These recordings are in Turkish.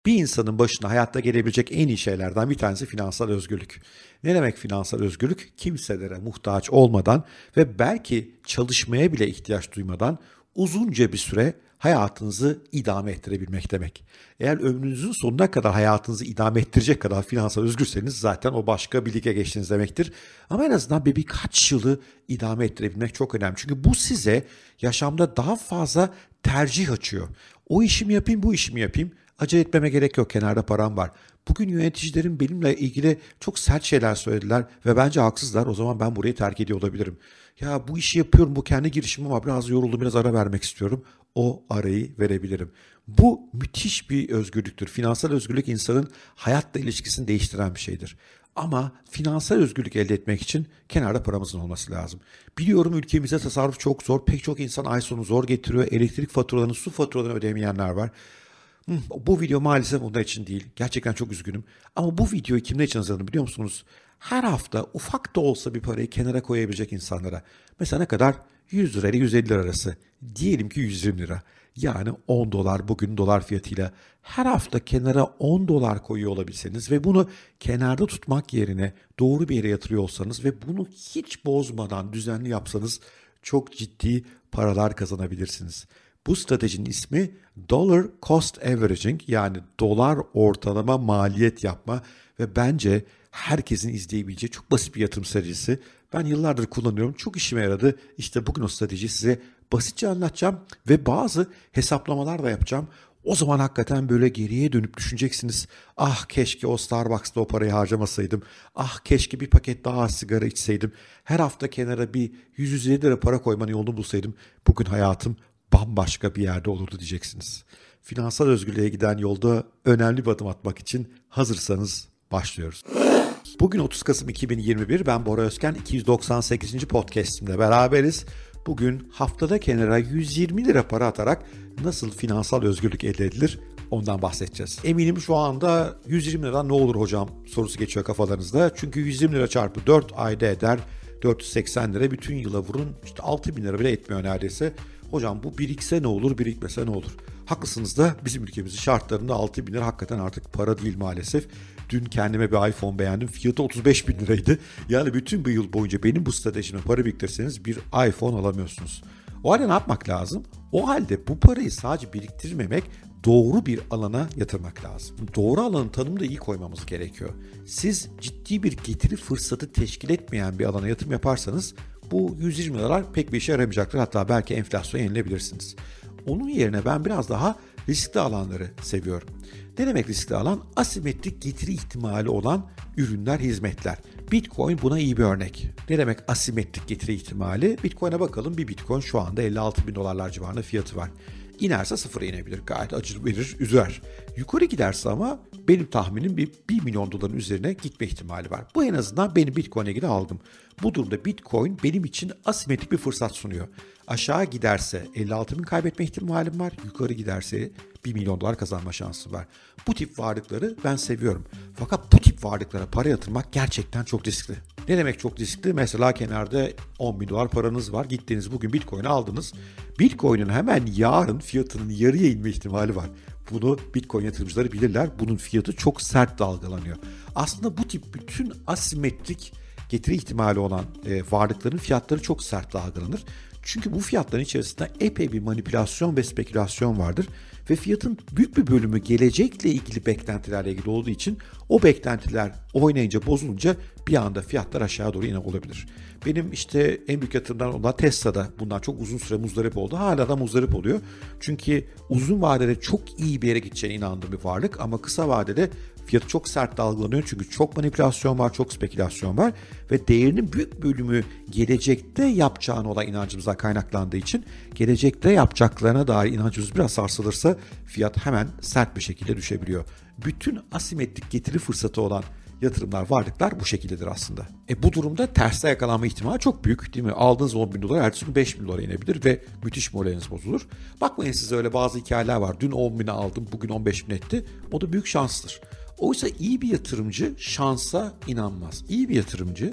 Bir insanın başına hayatta gelebilecek en iyi şeylerden bir tanesi finansal özgürlük. Ne demek finansal özgürlük? Kimselere muhtaç olmadan ve belki çalışmaya bile ihtiyaç duymadan uzunca bir süre hayatınızı idame ettirebilmek demek. Eğer ömrünüzün sonuna kadar hayatınızı idame ettirecek kadar finansal özgürseniz zaten o başka bir lige geçtiniz demektir. Ama en azından birkaç yılı idame ettirebilmek çok önemli. Çünkü bu size yaşamda daha fazla tercih açıyor. O işimi yapayım, bu işimi yapayım. Acele etmeme gerek yok, kenarda param var. Bugün yöneticilerim benimle ilgili çok sert şeyler söylediler ve bence haksızlar. O zaman ben burayı terk ediyor olabilirim. Ya bu işi yapıyorum, bu kendi girişimim ama biraz yoruldum, biraz ara vermek istiyorum. O arayı verebilirim. Bu müthiş bir özgürlüktür. Finansal özgürlük insanın hayatla ilişkisini değiştiren bir şeydir. Ama finansal özgürlük elde etmek için kenarda paramızın olması lazım. Biliyorum ülkemizde tasarruf çok zor. Pek çok insan ay sonu zor getiriyor. Elektrik faturalarını, su faturalarını ödeyemeyenler var. Bu video maalesef onlar için değil. Gerçekten çok üzgünüm. Ama bu videoyu kimler için hazırladım biliyor musunuz? Her hafta ufak da olsa bir parayı kenara koyabilecek insanlara. Mesela ne kadar? 100 lira ile 150 lira arası. Diyelim ki 120 lira. Yani 10 dolar bugün dolar fiyatıyla her hafta kenara 10 dolar koyuyor olabilseniz ve bunu kenarda tutmak yerine doğru bir yere yatırıyor olsanız ve bunu hiç bozmadan düzenli yapsanız çok ciddi paralar kazanabilirsiniz. Bu stratejinin ismi Dollar Cost Averaging, yani dolar ortalama maliyet yapma ve bence herkesin izleyebileceği çok basit bir yatırım stratejisi. Ben yıllardır kullanıyorum. Çok işime yaradı. İşte bugün o stratejiyi size basitçe anlatacağım ve bazı hesaplamalar da yapacağım. O zaman hakikaten böyle geriye dönüp düşüneceksiniz. Ah keşke o Starbucks'ta o parayı harcamasaydım. Ah keşke bir paket daha az sigara içseydim. Her hafta kenara bir 100-150 lira para koymanın yolunu bulsaydım. Bugün hayatım bambaşka bir yerde olurdu diyeceksiniz. Finansal özgürlüğe giden yolda önemli bir adım atmak için hazırsanız başlıyoruz. Bugün 30 Kasım 2021, ben Bora Özken, 298. podcast'imle beraberiz. Bugün haftada kenara 120 lira para atarak nasıl finansal özgürlük elde edilir ondan bahsedeceğiz. Eminim şu anda 120 lira ne olur hocam sorusu geçiyor kafalarınızda. Çünkü 120 lira çarpı 4 ayda eder 480 lira, bütün yıla vurun işte 6 bin lira bile etmiyor neredeyse. Hocam bu birikse ne olur, birikmese ne olur? Haklısınız da bizim ülkemizin şartlarında 6 bin lira hakikaten artık para değil maalesef. Dün kendime bir iPhone beğendim. Fiyatı 35 bin liraydı. Yani bütün bir yıl boyunca benim bu stratejime para biriktirirseniz bir iPhone alamıyorsunuz. O halde ne yapmak lazım? O halde bu parayı sadece biriktirmemek, doğru bir alana yatırmak lazım. Doğru alanın tanımını da iyi koymamız gerekiyor. Siz ciddi bir getiri fırsatı teşkil etmeyen bir alana yatırım yaparsanız bu 120 liralar pek bir işe yaramayacaktır. Hatta belki enflasyona yenilebilirsiniz. Onun yerine ben biraz daha riskli alanları seviyorum. Ne demek riskli alan? Asimetrik getiri ihtimali olan ürünler, hizmetler. Bitcoin buna iyi bir örnek. Ne demek asimetrik getiri ihtimali? Bitcoin'e bakalım. Bir Bitcoin şu anda 56 bin dolarlar civarında fiyatı var. İnerse sıfıra inebilir. Gayet acı verir, üzer. Yukarı giderse ama benim tahminim bir 1 milyon doların üzerine gitme ihtimali var. Bu en azından benim Bitcoin'e ilgili algım. Bu durumda Bitcoin benim için asimetrik bir fırsat sunuyor. Aşağı giderse 56 bin kaybetme ihtimalim var. Yukarı giderse 1 milyon dolar kazanma şansı var. Bu tip varlıkları ben seviyorum. Fakat bu tip varlıklara para yatırmak gerçekten çok riskli. Ne demek çok riskli? Mesela kenarda 10 bin dolar paranız var. Gittiniz bugün Bitcoin'i aldınız. Bitcoin'in hemen yarın fiyatının yarıya inme ihtimali var. Bunu Bitcoin yatırımcıları bilirler. Bunun fiyatı çok sert dalgalanıyor. Aslında bu tip bütün asimetrik getiri ihtimali olan varlıkların fiyatları çok sert dalgalanır. Çünkü bu fiyatların içerisinde epey bir manipülasyon ve spekülasyon vardır. Ve fiyatın büyük bir bölümü gelecekle ilgili beklentilerle ilgili olduğu için o beklentiler oynayınca, bozulunca bir anda fiyatlar aşağı doğru olabilir. Benim işte en büyük yatırımdan olan Tesla'da bundan çok uzun süre muzdarip oldu. Hala da muzdarip oluyor. Çünkü uzun vadede çok iyi bir yere gideceğine inandığım bir varlık ama kısa vadede fiyatı çok sert dalgalanıyor. Çünkü çok manipülasyon var, çok spekülasyon var ve değerinin büyük bölümü gelecekte yapacağına olan inancımızdan kaynaklandığı için gelecekte yapacaklarına dair inancımız biraz sarsılırsa fiyat hemen sert bir şekilde düşebiliyor. Bütün asimetrik getiri fırsatı olan yatırımlar, varlıklar bu şekildedir aslında. Bu durumda terste yakalanma ihtimali çok büyük değil mi? Aldığınız 10 bin dolar ertesi gün 5 bin dolara inebilir ve müthiş moraliniz bozulur. Bakmayın, size öyle bazı hikayeler var. Dün 10 bine aldım, bugün 15 bin etti. O da büyük şanstır. Oysa iyi bir yatırımcı şansa inanmaz. İyi bir yatırımcı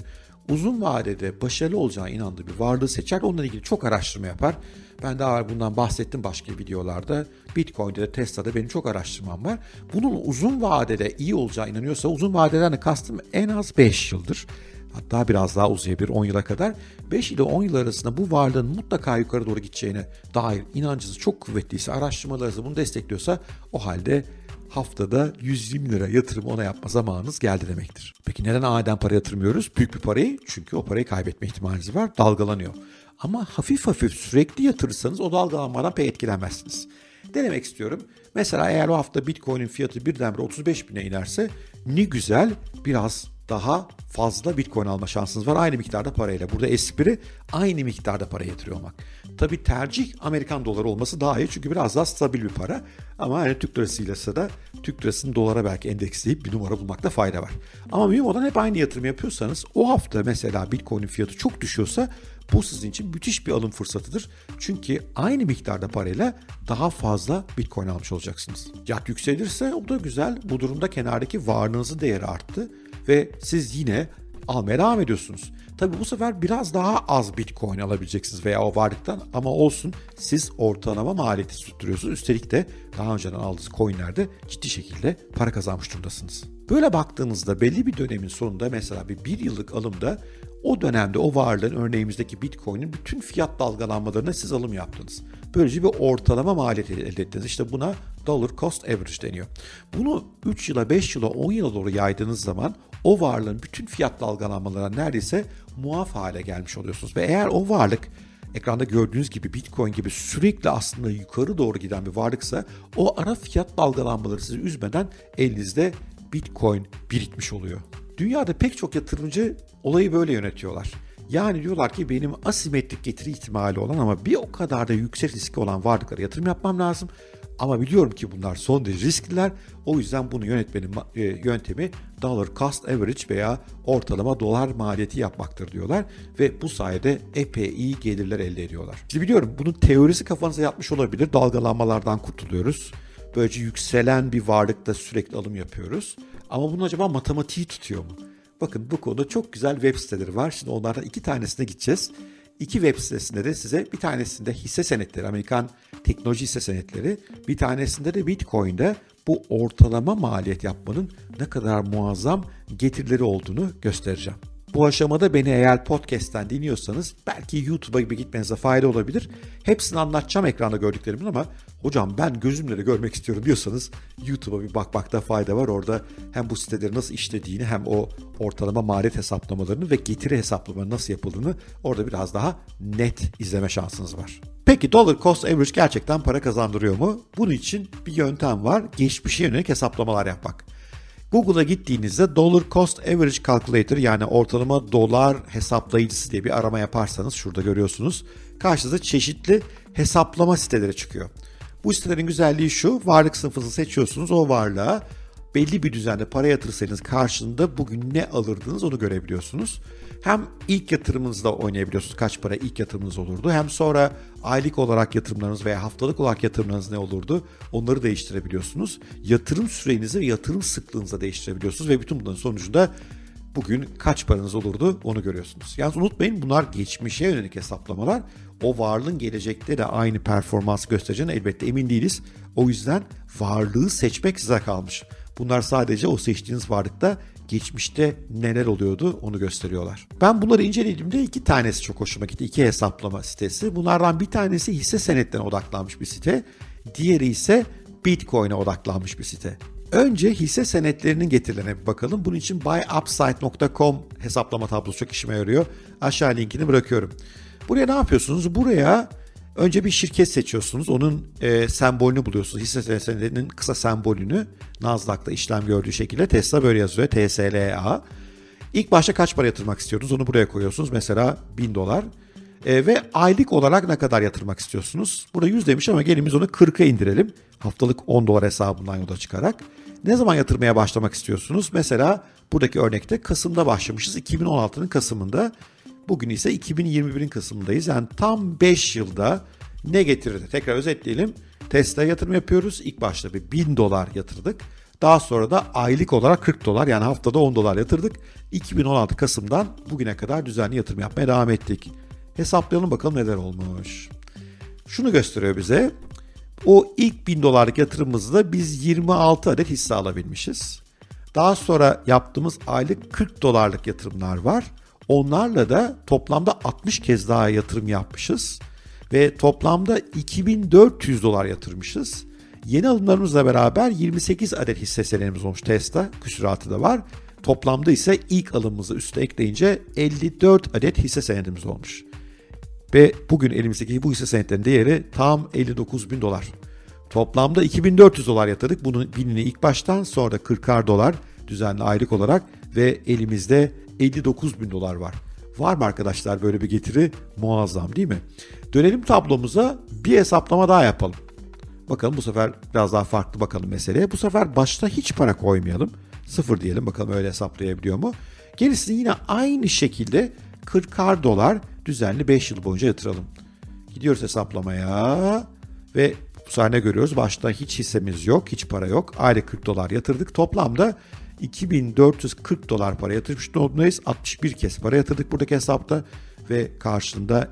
uzun vadede başarılı olacağına inandığı bir varlığı seçer. Onunla ilgili çok araştırma yapar. Ben daha bundan bahsettim başka videolarda. Bitcoin'de de Tesla'da benim çok araştırmam var. Bunun uzun vadede iyi olacağına inanıyorsa, uzun vadeden de kastım en az 5 yıldır. Hatta biraz daha uzayabilir 10 yıla kadar. 5 ile 10 yıl arasında bu varlığın mutlaka yukarı doğru gideceğine dair inancınız çok kuvvetliyse, araştırmalarınız bunu destekliyorsa, o halde haftada 120 lira yatırım ona yapma zamanınız geldi demektir. Peki neden aniden para yatırmıyoruz? Büyük bir parayı, çünkü o parayı kaybetme ihtimaliniz var, dalgalanıyor. Ama hafif hafif sürekli yatırırsanız o dalgalanmadan pek etkilenmezsiniz. Denemek istiyorum. Mesela eğer o hafta Bitcoin'in fiyatı birdenbire 35 bine inerse, ne güzel, biraz daha fazla Bitcoin alma şansınız var aynı miktarda parayla. Burada espri aynı miktarda para yatırıyor olmak. Tabii tercih Amerikan doları olması daha iyi, çünkü biraz daha stabil bir para. Ama hani Türk lirasıyla da Türk lirasını dolara belki endeksleyip bir numara bulmakta fayda var. Ama mühim olan, hep aynı yatırım yapıyorsanız, o hafta mesela Bitcoin'in fiyatı çok düşüyorsa, bu sizin için müthiş bir alım fırsatıdır. Çünkü aynı miktarda parayla daha fazla Bitcoin almış olacaksınız. Fiyat yükselirse o da güzel. Bu durumda kenardaki varlığınızın değeri arttı ve siz yine almaya devam ediyorsunuz. Tabii bu sefer biraz daha az Bitcoin alabileceksiniz veya o varlıktan, ama olsun, siz ortalama maliyeti tutturuyorsunuz. Üstelik de daha önceden aldığınız coinlerde ciddi şekilde para kazanmış durumdasınız. Böyle baktığınızda belli bir dönemin sonunda, mesela bir yıllık alımda, o dönemde o varlığın, örneğimizdeki Bitcoin'in bütün fiyat dalgalanmalarına siz alım yaptınız. Böylece bir ortalama maliyet elde ettiniz. İşte buna dollar cost average deniyor. Bunu 3 yıla, 5 yıla, 10 yıla doğru yaydığınız zaman o varlığın bütün fiyat dalgalanmalarına neredeyse muaf hale gelmiş oluyorsunuz. Ve eğer o varlık ekranda gördüğünüz gibi Bitcoin gibi sürekli aslında yukarı doğru giden bir varlıksa, o ara fiyat dalgalanmaları sizi üzmeden elinizde Bitcoin birikmiş oluyor. Dünyada pek çok yatırımcı olayı böyle yönetiyorlar. Yani diyorlar ki, benim asimetrik getiri ihtimali olan ama bir o kadar da yüksek riski olan varlıklara yatırım yapmam lazım. Ama biliyorum ki bunlar son derece riskliler. O yüzden bunu yönetmenin yöntemi dollar cost average veya ortalama dolar maliyeti yapmaktır diyorlar. Ve bu sayede epey iyi gelirler elde ediyorlar. Şimdi biliyorum, bunun teorisi kafanıza yatmış olabilir. Dalgalanmalardan kurtuluyoruz. Böylece yükselen bir varlıkta sürekli alım yapıyoruz. Ama bunun acaba matematiği tutuyor mu? Bakın, bu konuda çok güzel web siteleri var. Şimdi onlardan 2 tanesine gideceğiz. 2 web sitesinde de size, bir tanesinde hisse senetleri, Amerikan teknoloji hisse senetleri, bir tanesinde de Bitcoin'de bu ortalama maliyet yapmanın ne kadar muazzam getirileri olduğunu göstereceğim. Bu aşamada beni eğer podcast'ten dinliyorsanız belki YouTube'a gibi gitmenize fayda olabilir. Hepsini anlatacağım ekranda gördüklerimin, ama hocam ben gözümle de görmek istiyorum diyorsanız YouTube'a bir bakmakta fayda var. Orada hem bu siteleri nasıl işlediğini, hem o ortalama maliyet hesaplamalarını ve getiri hesaplamalarını nasıl yapıldığını orada biraz daha net izleme şansınız var. Peki dollar cost average gerçekten para kazandırıyor mu? Bunun için bir yöntem var. Geçmişe yönelik hesaplamalar yapmak. Google'a gittiğinizde Dollar Cost Average Calculator, yani ortalama dolar hesaplayıcısı diye bir arama yaparsanız, şurada görüyorsunuz, karşınıza çeşitli hesaplama siteleri çıkıyor. Bu sitelerin güzelliği şu: varlık sınıfını seçiyorsunuz, o varlığa belli bir düzende para yatırırsanız karşılığında bugün ne alırdınız onu görebiliyorsunuz. Hem ilk yatırımınızda oynayabiliyorsunuz, kaç para ilk yatırımınız olurdu, hem sonra aylık olarak yatırımlarınız veya haftalık olarak yatırımlarınız ne olurdu onları değiştirebiliyorsunuz. Yatırım sürenizi ve yatırım sıklığınızı değiştirebiliyorsunuz ve bütün bunların sonucunda bugün kaç paranız olurdu onu görüyorsunuz. Yalnız unutmayın, bunlar geçmişe yönelik hesaplamalar. O varlığın gelecekte de aynı performans göstereceğine elbette emin değiliz. O yüzden varlığı seçmek size kalmış. Bunlar sadece o seçtiğiniz varlıkta geçmişte neler oluyordu onu gösteriyorlar. Ben bunları incelediğimde 2 tanesi çok hoşuma gitti. 2 hesaplama sitesi. Bunlardan bir tanesi hisse senetlerine odaklanmış bir site. Diğeri ise Bitcoin'e odaklanmış bir site. Önce hisse senetlerinin getirilerine bir bakalım. Bunun için buyupside.com hesaplama tablosu çok işime yarıyor. Aşağı linkini bırakıyorum. Buraya ne yapıyorsunuz? Buraya önce bir şirket seçiyorsunuz. Onun sembolünü buluyorsunuz. Hisse senedinin kısa sembolünü. Nasdaq'ta işlem gördüğü şekilde Tesla böyle yazıyor. TSLA. İlk başta kaç para yatırmak istiyorsunuz? Onu buraya koyuyorsunuz. Mesela $1000. Ve aylık olarak ne kadar yatırmak istiyorsunuz? Burada 100 demiş ama gelin biz onu 40'a indirelim. Haftalık $10 hesabından yola çıkarak. Ne zaman yatırmaya başlamak istiyorsunuz? Mesela buradaki örnekte Kasım'da başlamışız. 2016'nın Kasım'ında. Bugün ise 2021'in Kasım'ındayız. Yani tam 5 yılda ne getirirdi? Tekrar özetleyelim. Tesla'ya yatırım yapıyoruz. İlk başta bir $1000 yatırdık. Daha sonra da aylık olarak 40 dolar yani haftada 10 dolar yatırdık. 2016 Kasım'dan bugüne kadar düzenli yatırım yapmaya devam ettik. Hesaplayalım bakalım neler olmuş. Şunu gösteriyor bize. O ilk 1000 dolarlık yatırımımızda biz 26 adet hisse alabilmişiz. Daha sonra yaptığımız aylık 40 dolarlık yatırımlar var. Onlarla da toplamda 60 kez daha yatırım yapmışız. Ve toplamda 2400 dolar yatırmışız. Yeni alımlarımızla beraber 28 adet hisse senedimiz olmuş Tesla. Küsuratı da var. Toplamda ise ilk alımımızı üste ekleyince 54 adet hisse senedimiz olmuş. Ve bugün elimizdeki bu hisse senetlerinin değeri tam 59 bin dolar. Toplamda 2400 dolar yatırdık. Bunun binini ilk baştan, sonra da 40'ar dolar düzenli aylık olarak ve elimizde 59 bin dolar var. Var mı arkadaşlar böyle bir getiri? Muazzam değil mi? Dönelim tablomuza, bir hesaplama daha yapalım. Bakalım bu sefer biraz daha farklı bakalım meseleye. Bu sefer başta hiç para koymayalım. 0 diyelim, bakalım öyle hesaplayabiliyor mu? Gerisini yine aynı şekilde 40'ar dolar düzenli 5 yıl boyunca yatıralım. Gidiyoruz hesaplamaya ve bu sefer ne görüyoruz? Başta hiç hissemiz yok, hiç para yok. Aylık 40 dolar yatırdık. Toplamda 2440 dolar para yatırmış durumdayız. 61 kez para yatırdık buradaki hesapta ve karşılığında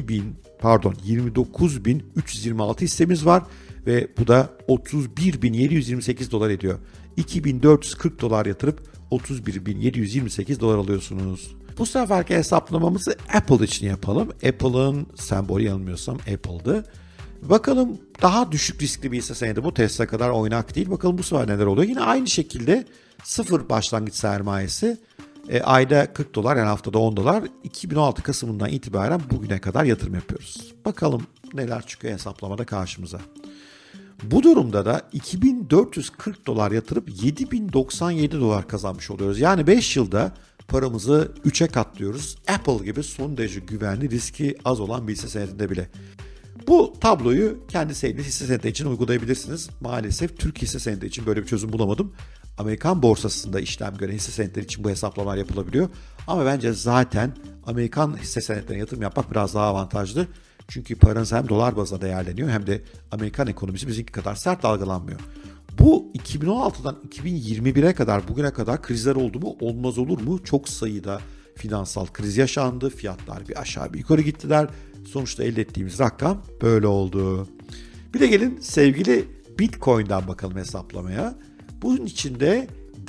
29.326 hissemiz var ve bu da 31.728 dolar ediyor. 2440 dolar yatırıp 31.728 dolar alıyorsunuz. Bu seferki hesaplamamızı Apple için yapalım. Apple'ın sembolü yanılmıyorsam Apple'dı. Bakalım daha düşük riskli bir hisse senedi bu. Tesla kadar oynak değil. Bakalım bu sefer neler oluyor. Yine aynı şekilde 0 başlangıç sermayesi. Ayda 40 dolar yani haftada 10 dolar. 2016 Kasım'ından itibaren bugüne kadar yatırım yapıyoruz. Bakalım neler çıkıyor hesaplamada karşımıza. Bu durumda da 2440 dolar yatırıp 7097 dolar kazanmış oluyoruz. Yani 5 yılda paramızı 3'e katlıyoruz. Apple gibi son derece güvenli, riski az olan bir hisse senedinde bile. Bu tabloyu kendi sevdiğiniz hisse senedi için uygulayabilirsiniz. Maalesef Türk hisse senedi için böyle bir çözüm bulamadım. Amerikan borsasında işlem gören hisse senetleri için bu hesaplamalar yapılabiliyor. Ama bence zaten Amerikan hisse senetlerine yatırım yapmak biraz daha avantajlı. Çünkü paranız hem dolar bazında değerleniyor hem de Amerikan ekonomisi bizimki kadar sert dalgalanmıyor. Bu 2016'dan 2021'e kadar bugüne kadar krizler oldu mu? Olmaz olur mu? Çok sayıda finansal kriz yaşandı. Fiyatlar bir aşağı bir yukarı gittiler. Sonuçta elde ettiğimiz rakam böyle oldu. Bir de gelin sevgili Bitcoin'den bakalım hesaplamaya. Bunun için de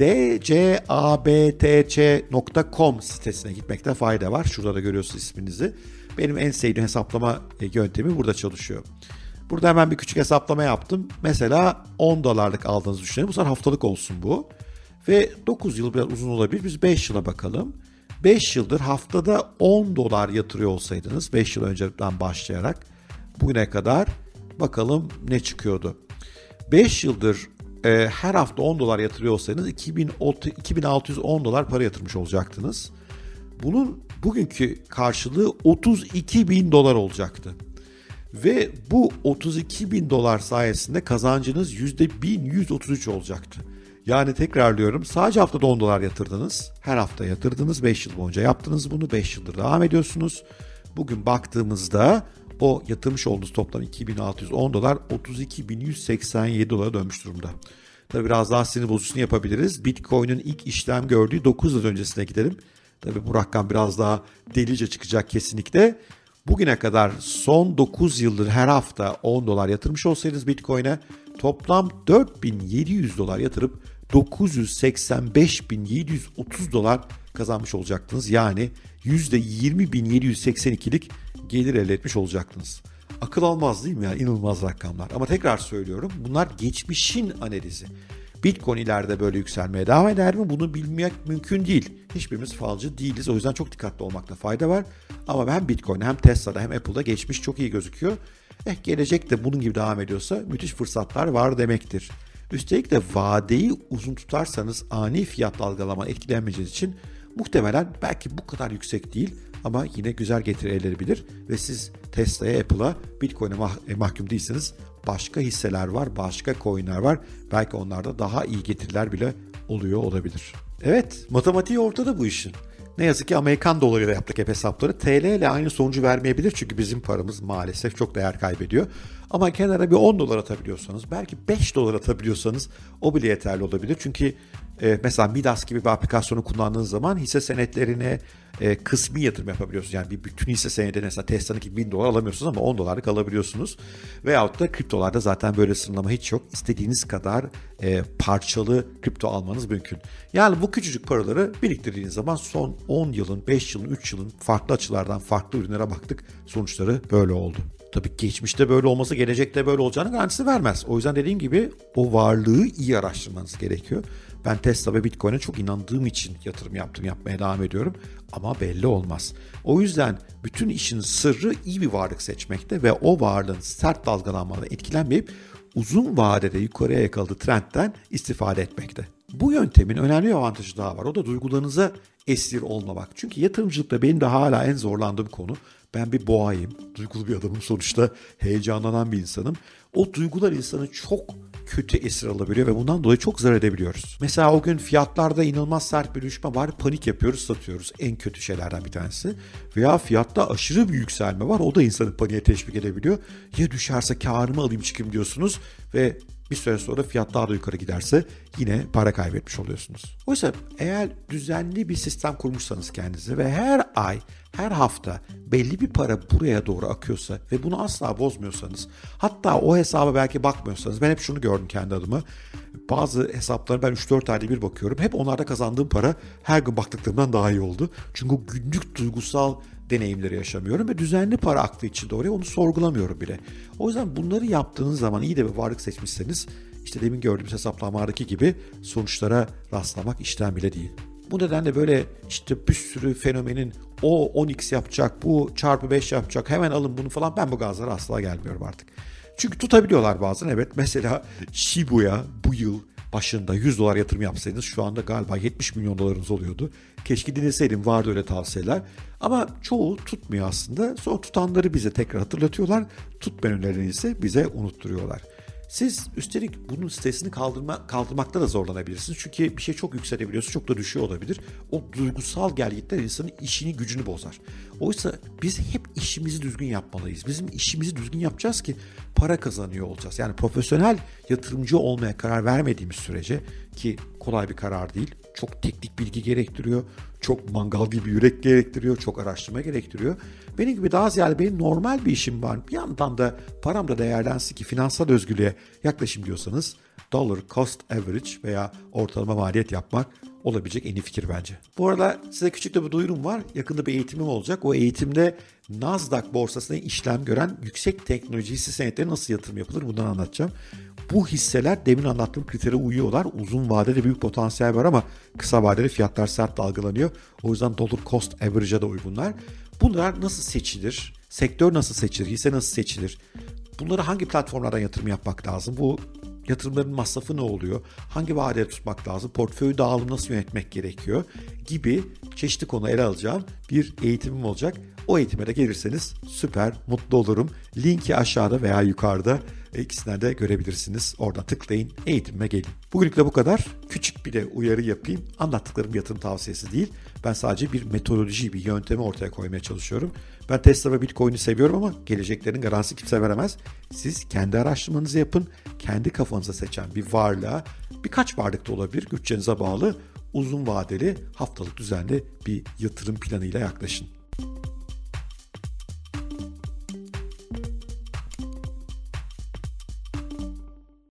dcabtc.com sitesine gitmekte fayda var. Şurada da görüyorsunuz isminizi. Benim en sevdiğim hesaplama yöntemi burada çalışıyor. Burada hemen bir küçük hesaplama yaptım. Mesela 10 dolarlık aldığınızı düşünelim. Bu sefer haftalık olsun bu. Ve 9 yıl biraz uzun olabilir. Biz 5 yıla bakalım. 5 yıldır haftada 10 dolar yatırıyor olsaydınız 5 yıl önceden başlayarak bugüne kadar bakalım ne çıkıyordu. 5 yıldır her hafta 10 dolar yatırıyor olsaydınız 2610 dolar para yatırmış olacaktınız. Bunun bugünkü karşılığı 32 bin dolar olacaktı. Ve bu 32 bin dolar sayesinde kazancınız %1133 olacaktı. Yani tekrarlıyorum, sadece haftada 10 dolar yatırdınız. Her hafta yatırdınız. 5 yıl boyunca yaptınız bunu. 5 yıldır devam ediyorsunuz. Bugün baktığımızda o yatırmış olduğunuz toplam 2610 dolar 32.187 dolara dönmüş durumda. Tabii biraz daha sinir bozucusunu yapabiliriz. Bitcoin'in ilk işlem gördüğü 9 yıl öncesine gidelim. Tabii bu rakam biraz daha delice çıkacak kesinlikle. Bugüne kadar son 9 yıldır her hafta 10 dolar yatırmış olsaydınız Bitcoin'e toplam 4.700 dolar yatırıp 985.730 dolar kazanmış olacaktınız. Yani %20.782'lik gelir elde etmiş olacaktınız. Akıl almaz değil mi ya? İnanılmaz rakamlar. Ama tekrar söylüyorum, bunlar geçmişin analizi. Bitcoin ileride böyle yükselmeye devam eder mi? Bunu bilmek mümkün değil. Hiçbirimiz falcı değiliz. O yüzden çok dikkatli olmakta fayda var. Ama hem Bitcoin'de hem Tesla'da hem Apple'da geçmiş çok iyi gözüküyor. Gelecek de bunun gibi devam ediyorsa müthiş fırsatlar var demektir. Üstelik de vadeyi uzun tutarsanız ani fiyat dalgalama etkilenmeyeceğiniz için muhtemelen belki bu kadar yüksek değil ama yine güzel getiri elde edebilir ve siz Tesla'ya, Apple'a, Bitcoin'e mahkum değilsiniz. Başka hisseler var, başka coin'ler var. Belki onlarda daha iyi getiriler bile oluyor olabilir. Evet, matematiği ortada bu işin. Ne yazık ki Amerikan dolarıyla yaptık hep hesapları. TL ile aynı sonucu vermeyebilir çünkü bizim paramız maalesef çok değer kaybediyor. Ama kenara bir 10 dolar atabiliyorsanız, belki 5 dolar atabiliyorsanız o bile yeterli olabilir. Çünkü mesela Midas gibi bir aplikasyonu kullandığınız zaman hisse senetlerine kısmi yatırım yapabiliyorsunuz. Yani bir bütün hisse senedi, mesela Tesla'nınki 1000 dolar alamıyorsunuz ama 10 dolarlık alabiliyorsunuz. Veyahut da kriptolarda zaten böyle sınırlama hiç yok. İstediğiniz kadar parçalı kripto almanız mümkün. Yani bu küçücük paraları biriktirdiğiniz zaman son 10 yılın, 5 yılın, 3 yılın farklı açılardan farklı ürünlere baktık. Sonuçları böyle oldu. Tabii geçmişte böyle olması gelecekte böyle olacağını garantisi vermez. O yüzden dediğim gibi o varlığı iyi araştırmanız gerekiyor. Ben Tesla ve Bitcoin'e çok inandığım için yatırım yapmaya devam ediyorum. Ama belli olmaz. O yüzden bütün işin sırrı iyi bir varlık seçmekte ve o varlığın sert dalgalanmadan etkilenmeyip uzun vadede yukarıya yakaladığı trendten istifade etmekte. Bu yöntemin önemli bir avantajı daha var. O da duygularınıza esir olmamak. Çünkü yatırımcılıkta benim de hala en zorlandığım konu. Ben bir boğayım, duygulu bir adamım, sonuçta heyecanlanan bir insanım. O duygular insanı çok kötü esir alabiliyor ve bundan dolayı çok zarar edebiliyoruz. Mesela o gün fiyatlarda inanılmaz sert bir düşme var, panik yapıyoruz, satıyoruz. En kötü şeylerden bir tanesi. Veya fiyatta aşırı bir yükselme var, o da insanı paniğe teşvik edebiliyor. Ya düşerse kârımı alayım çıkayım diyorsunuz ve bir süre sonra fiyat daha da yukarı giderse yine para kaybetmiş oluyorsunuz. Oysa eğer düzenli bir sistem kurmuşsanız kendinize ve her ay, her hafta belli bir para buraya doğru akıyorsa ve bunu asla bozmuyorsanız, hatta o hesaba belki bakmıyorsanız, ben hep şunu gördüm kendi adıma. Bazı hesaplara ben 3-4 ayda bir bakıyorum. Hep onlarda kazandığım para her gün baktıklarımdan daha iyi oldu. Çünkü o günlük duygusal deneyimleri yaşamıyorum ve düzenli para aklı içinde oraya, onu sorgulamıyorum bile. O yüzden bunları yaptığınız zaman, iyi de bir varlık seçmişseniz, işte demin gördüğümüz hesaplamalardaki gibi sonuçlara rastlamak işten bile değil. Bu nedenle böyle işte bir sürü fenomenin o 10x yapacak, bu çarpı 5 yapacak, hemen alın bunu falan, ben bu gazlara asla gelmiyorum artık. Çünkü tutabiliyorlar bazen, evet. Mesela Shibu'ya bu yıl başında 100 dolar yatırım yapsaydınız şu anda galiba 70 milyon dolarınız oluyordu. Keşke dinleseydim, vardı öyle tavsiyeler. Ama çoğu tutmuyor aslında. Sonra tutanları bize tekrar hatırlatıyorlar. Tutmayanları ise bize unutturuyorlar. Siz üstelik bunun stresini kaldırmakta da zorlanabilirsiniz. Çünkü bir şey çok yükselebiliyorsa çok da düşüyor olabilir. O duygusal gerginlikler insanın işini, gücünü bozar. Oysa biz hep işimizi düzgün yapmalıyız. Bizim işimizi düzgün yapacağız ki para kazanıyor olacağız. Yani profesyonel yatırımcı olmaya karar vermediğimiz sürece, ki kolay bir karar değil, çok teknik bilgi gerektiriyor, çok mangal gibi yürek gerektiriyor, çok araştırma gerektiriyor. Benim gibi daha ziyade benim normal bir işim var, bir yandan da param da değerlensin ki finansal özgürlüğe yaklaşım diyorsanız, dollar cost average veya ortalama maliyet yapmak olabilecek en iyi fikir bence. Bu arada size küçük de bir duyurum var. Yakında bir eğitimim olacak. O eğitimde Nasdaq borsasında işlem gören yüksek teknoloji hisse senetleri nasıl yatırım yapılır, bundan anlatacağım. Bu hisseler demin anlattığım kritere uyuyorlar. Uzun vadede büyük potansiyel var ama kısa vadede fiyatlar sert dalgalanıyor. O yüzden dollar cost average'a da uygunlar. Bunlar nasıl seçilir? Sektör nasıl seçilir? Hisse nasıl seçilir? Bunları hangi platformlardan yatırım yapmak lazım? Bu yatırımların masrafı ne oluyor? Hangi vadede tutmak lazım? Portföy dağılımı nasıl yönetmek gerekiyor? Gibi çeşitli konu ele alacağım bir eğitimim olacak. O eğitime de gelirseniz süper mutlu olurum. Linki aşağıda veya yukarıda, ikisinden de görebilirsiniz. Oradan tıklayın, eğitimime gelin. Bugünlük de bu kadar. Küçük bir de uyarı yapayım. Anlattıklarım yatırım tavsiyesi değil. Ben sadece bir metodoloji, bir yöntemi ortaya koymaya çalışıyorum. Ben Tesla ve Bitcoin'i seviyorum ama geleceklerin garantisi kimse veremez. Siz kendi araştırmanızı yapın. Kendi kafanıza seçen bir varlığa, birkaç varlık da olabilir, bütçenize bağlı, uzun vadeli, haftalık düzenli bir yatırım planıyla yaklaşın.